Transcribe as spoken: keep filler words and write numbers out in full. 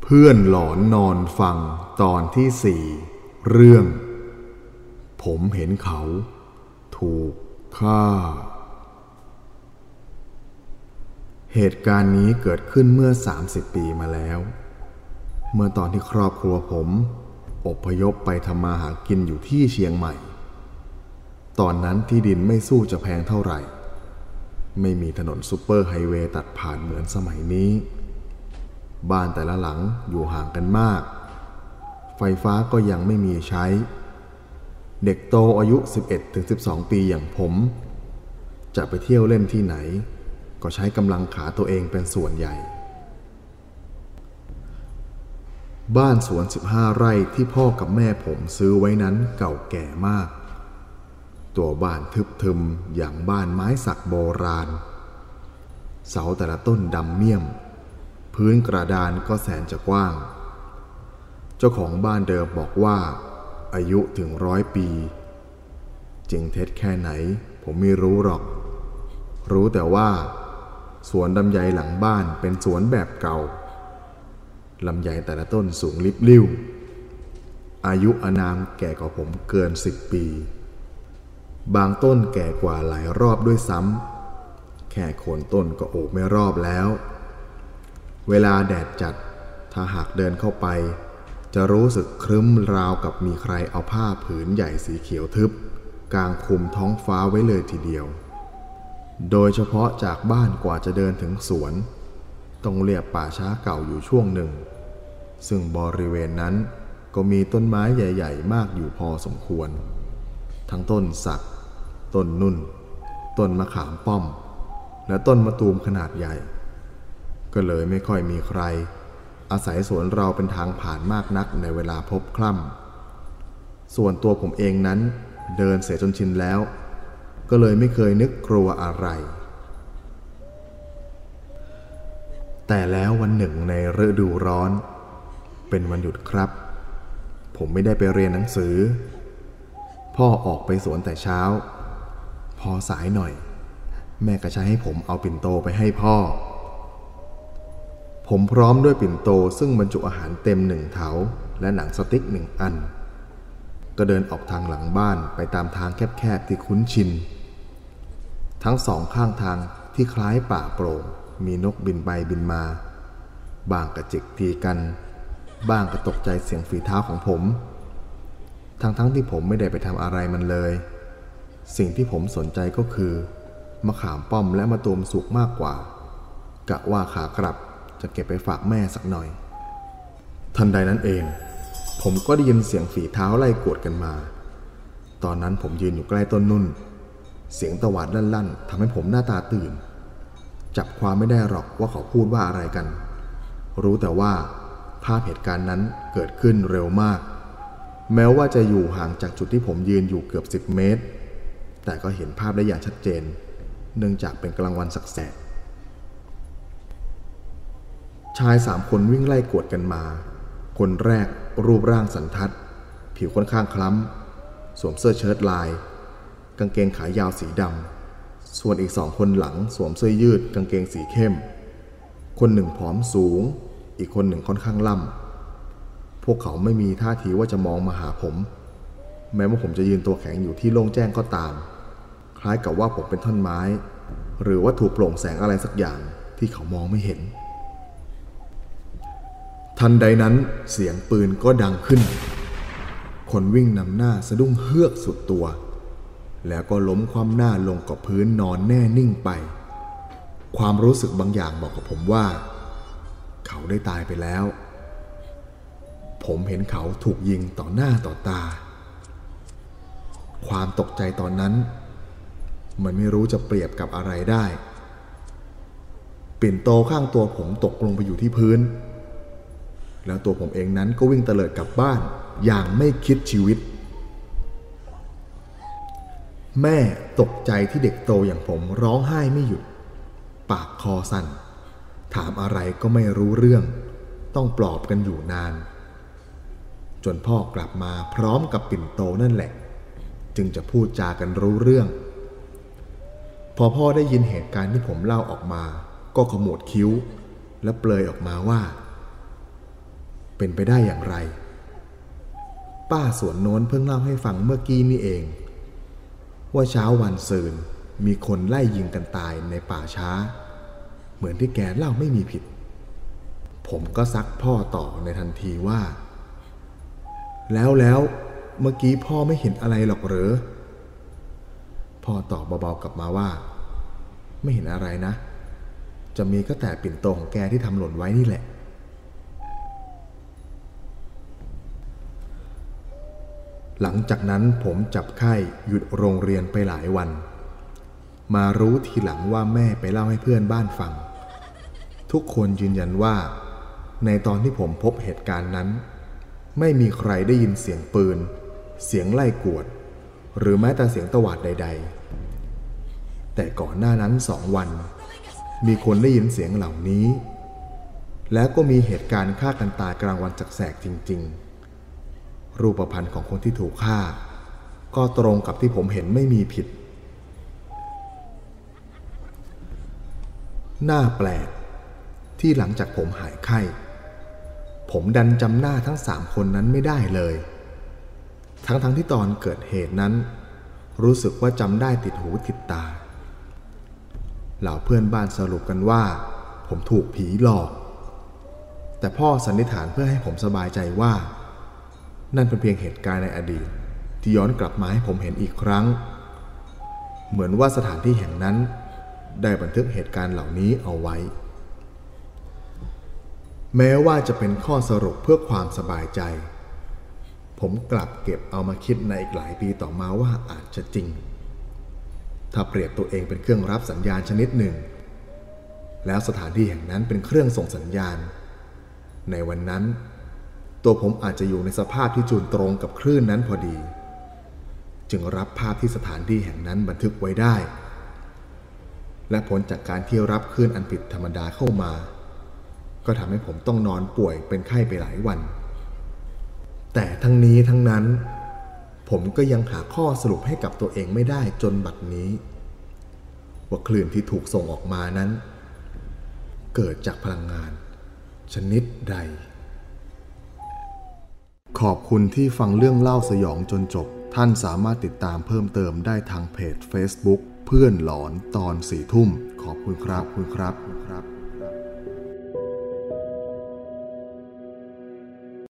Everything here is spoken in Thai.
พื่อนหลอนนอนฟังตอนที่สี่เรื่องผมเห็นเขาถูกฆ่าเหตุการณ์นี้เกิดขึ้นเมื่อสามสิบปีมาแล้วเมื่อตอนที่ครอบครัวผมอพยพไปทำมาหากินอยู่ที่เชียงใหม่ตอนนั้นที่ดินไม่สู้จะแพงเท่าไหร่ไม่มีถนนซุปเปอร์ไฮเวย์ตัดผ่านเหมือนสมัยนี้บ้านแต่ละหลังอยู่ห่างกันมากไฟฟ้าก็ยังไม่มีใช้เด็กโตอายุ สิบเอ็ดถึงสิบสอง ปีอย่างผมจะไปเที่ยวเล่นที่ไหนก็ใช้กำลังขาตัวเองเป็นส่วนใหญ่บ้านสวนสิบห้าไร่ที่พ่อกับแม่ผมซื้อไว้นั้นเก่าแก่มากตัวบ้านทึบทึมอย่างบ้านไม้สักโบราณเสาแต่ละต้นดำเมี่ยมพื้นกระดานก็แสนจะกว้างเจ้าของบ้านเดิมบอกว่าอายุถึงร้อยปีจริงเท็จแค่ไหนผมไม่รู้หรอกรู้แต่ว่าสวนลำไยหลังบ้านเป็นสวนแบบเก่าลำไยแต่ละต้นสูงลิบลิ่วอายุอานามแก่กว่าผมเกินสิบปีบางต้นแก่กว่าหลายรอบด้วยซ้ำแค่โคนต้นก็โอบไม่รอบแล้วเวลาแดดจัดถ้าหากเดินเข้าไปจะรู้สึกครึ้มราวกับมีใครเอาผ้าผืนใหญ่สีเขียวทึบกางคลุมท้องฟ้าไว้เลยทีเดียวโดยเฉพาะจากบ้านกว่าจะเดินถึงสวนต้องเรียบป่าช้าเก่าอยู่ช่วงหนึ่งซึ่งบริเวณนั้นก็มีต้นไม้ใหญ่ๆมากอยู่พอสมควรทั้งต้นสักต้นนุ่นต้นมะขามป้อมและต้นมะตูมขนาดใหญ่ก็เลยไม่ค่อยมีใครอาศัยสวนเราเป็นทางผ่านมากนักในเวลาพบค่ำส่วนตัวผมเองนั้นเดินเสียจนชินแล้วก็เลยไม่เคยนึกกลัวอะไรแต่แล้ววันหนึ่งในฤดูร้อนเป็นวันหยุดครับผมไม่ได้ไปเรียนหนังสือพ่อออกไปสวนแต่เช้าพอสายหน่อยแม่ก็ใช้ให้ผมเอาปิ่นโตไปให้พ่อผมพร้อมด้วยปิ่นโตซึ่งบรรจุอาหารเต็มหนึ่งเถาและหนังสติ๊กหนึ่งอันก็เดินออกทางหลังบ้านไปตามทางแคบๆที่คุ้นชินทั้งสองข้างทางที่คล้ายป่าโปร่งมีนกบินไปบินมาบ้างกระจิกทีกันบ้างก็ตกใจเสียงฝีเท้าของผมทั้งๆ ท, ที่ผมไม่ได้ไปทำอะไรมันเลยสิ่งที่ผมสนใจก็คือมะขามป้อมและมะตูมสุกมากกว่ากะว่าขากลับจะเก็บไปฝากแม่สักหน่อยทันใดนั้นเองผมก็ได้ยินเสียงฝีเท้าไล่กวดกันมาตอนนั้นผมยืนอยู่ใกล้ต้นนุ่นเสียงตวาดลั่นๆทำให้ผมหน้าตาตื่นจับความไม่ได้หรอกว่าเขาพูดว่าอะไรกันรู้แต่ว่าภาพเหตุการณ์นั้นเกิดขึ้นเร็วมากแม้ว่าจะอยู่ห่างจากจุดที่ผมยืนอยู่เกือบสิบเมตรแต่ก็เห็นภาพได้อย่างชัดเจนเนื่องจากเป็นกลางวันแสกๆชายสามคนวิ่งไล่กวดกันมาคนแรกรูปร่างสันทัดผิวค่อนข้างคล้ำสวมเสื้อเชิ้ตลายกางเกงขายาวสีดำส่วนอีกสองคนหลังสวมเสื้อยืดกางเกงสีเข้มคนหนึ่งผอมสูงอีกคนหนึ่งค่อนข้างล่ำพวกเขาไม่มีท่าทีว่าจะมองมาหาผมแม้ว่าผมจะยืนตัวแข็งอยู่ที่โล่งแจ้งก็ตามคล้ายกับว่าผมเป็นท่อนไม้หรือว่าถูกโปร่งแสงอะไรสักอย่างที่เขามองไม่เห็นทันใดนั้นเสียงปืนก็ดังขึ้นคนวิ่งนำหน้าสะดุ้งเฮือกสุดตัวแล้วก็ล้มคว่ำหน้าลงกับพื้นนอนแน่นิ่งไปความรู้สึกบางอย่างบอกกับผมว่าเขาได้ตายไปแล้วผมเห็นเขาถูกยิงต่อหน้าต่อตาความตกใจตอนนั้นมันไม่รู้จะเปรียบกับอะไรได้ปิ่นโตข้างตัวผมตกลงไปอยู่ที่พื้นแล้วตัวผมเองนั้นก็วิ่งเตลิดกลับบ้านอย่างไม่คิดชีวิตแม่ตกใจที่เด็กโตอย่างผมร้องไห้ไม่หยุดปากคอสั่นถามอะไรก็ไม่รู้เรื่องต้องปลอบกันอยู่นานจนพ่อกลับมาพร้อมกับปิ่นโตนั่นแหละจึงจะพูดจากันรู้เรื่องพอพ่อได้ยินเหตุการณ์ที่ผมเล่าออกมาก็ขมวดคิ้วและเปลยออกมาว่าเป็นไปได้อย่างไรป้าสวนโน้นเพิ่งเล่าให้ฟังเมื่อกี้นี่เองว่าเช้าวันซืนมีคนไล่ยิงกันตายในป่าช้าเหมือนที่แกเล่าไม่มีผิดผมก็ซักพ่อต่อในทันทีว่าแล้วแล้วเมื่อกี้พ่อไม่เห็นอะไรหรอกเหรอพ่อตอบเบาๆกลับมาว่าไม่เห็นอะไรนะจะมีก็แต่ปิ่นโตของแกที่ทำหล่นไว้นี่แหละหลังจากนั้นผมจับไข้หยุดโรงเรียนไปหลายวันมารู้ทีหลังว่าแม่ไปเล่าให้เพื่อนบ้านฟังทุกคนยืนยันว่าในตอนที่ผมพบเหตุการณ์นั้นไม่มีใครได้ยินเสียงปืนเสียงไล่กวดหรือแม้แต่เสียงตวาดใดๆแต่ก่อนหน้านั้นสองวันมีคนได้ยินเสียงเหล่านี้แล้วก็มีเหตุการณ์ฆ่ากันตายกลางวันแสกๆจริงๆรูปพรรณของคนที่ถูกฆ่าก็ตรงกับที่ผมเห็นไม่มีผิดน่าแปลกที่หลังจากผมหายไข้ผมดันจำหน้าทั้งสามคนนั้นไม่ได้เลยทั้งๆ ท, ที่ตอนเกิดเหตุนั้นรู้สึกว่าจำได้ติดหูติดตาเหล่าเพื่อนบ้านสรุปกันว่าผมถูกผีหลอกแต่พ่อสันนิษฐานเพื่อให้ผมสบายใจว่านั่นเป็นเพียงเหตุการณ์ในอดีตที่ย้อนกลับมาให้ผมเห็นอีกครั้งเหมือนว่าสถานที่แห่งนั้นได้บันทึกเหตุการณ์เหล่านี้เอาไว้แม้ว่าจะเป็นข้อสรุปเพื่อความสบายใจผมกลับเก็บเอามาคิดในอีกหลายปีต่อมาว่าอาจจะจริงถ้าเปรียบตัวเองเป็นเครื่องรับสัญญาณชนิดหนึ่งแล้วสถานที่แห่งนั้นเป็นเครื่องส่งสัญญาณในวันนั้นตัวผมอาจจะอยู่ในสภาพที่จูนตรงกับคลื่นนั้นพอดีจึงรับภาพที่สถานที่แห่งนั้นบันทึกไว้ได้และผลจากการที่รับคลื่นอันผิดธรรมดาเข้ามาก็ทำให้ผมต้องนอนป่วยเป็นไข้ไปหลายวันแต่ทั้งนี้ทั้งนั้นผมก็ยังหาข้อสรุปให้กับตัวเองไม่ได้จนบัดนี้ว่าคลื่นที่ถูกส่งออกมานั้นเกิดจากพลังงานชนิดใดขอบคุณที่ฟังเรื่องเล่าสยองจนจบท่านสามารถติดตามเพิ่มเติมได้ทางเพจ Facebook เพื่อนหลอนตอนสี่ทุ่มขอบคุณครับคุณครับ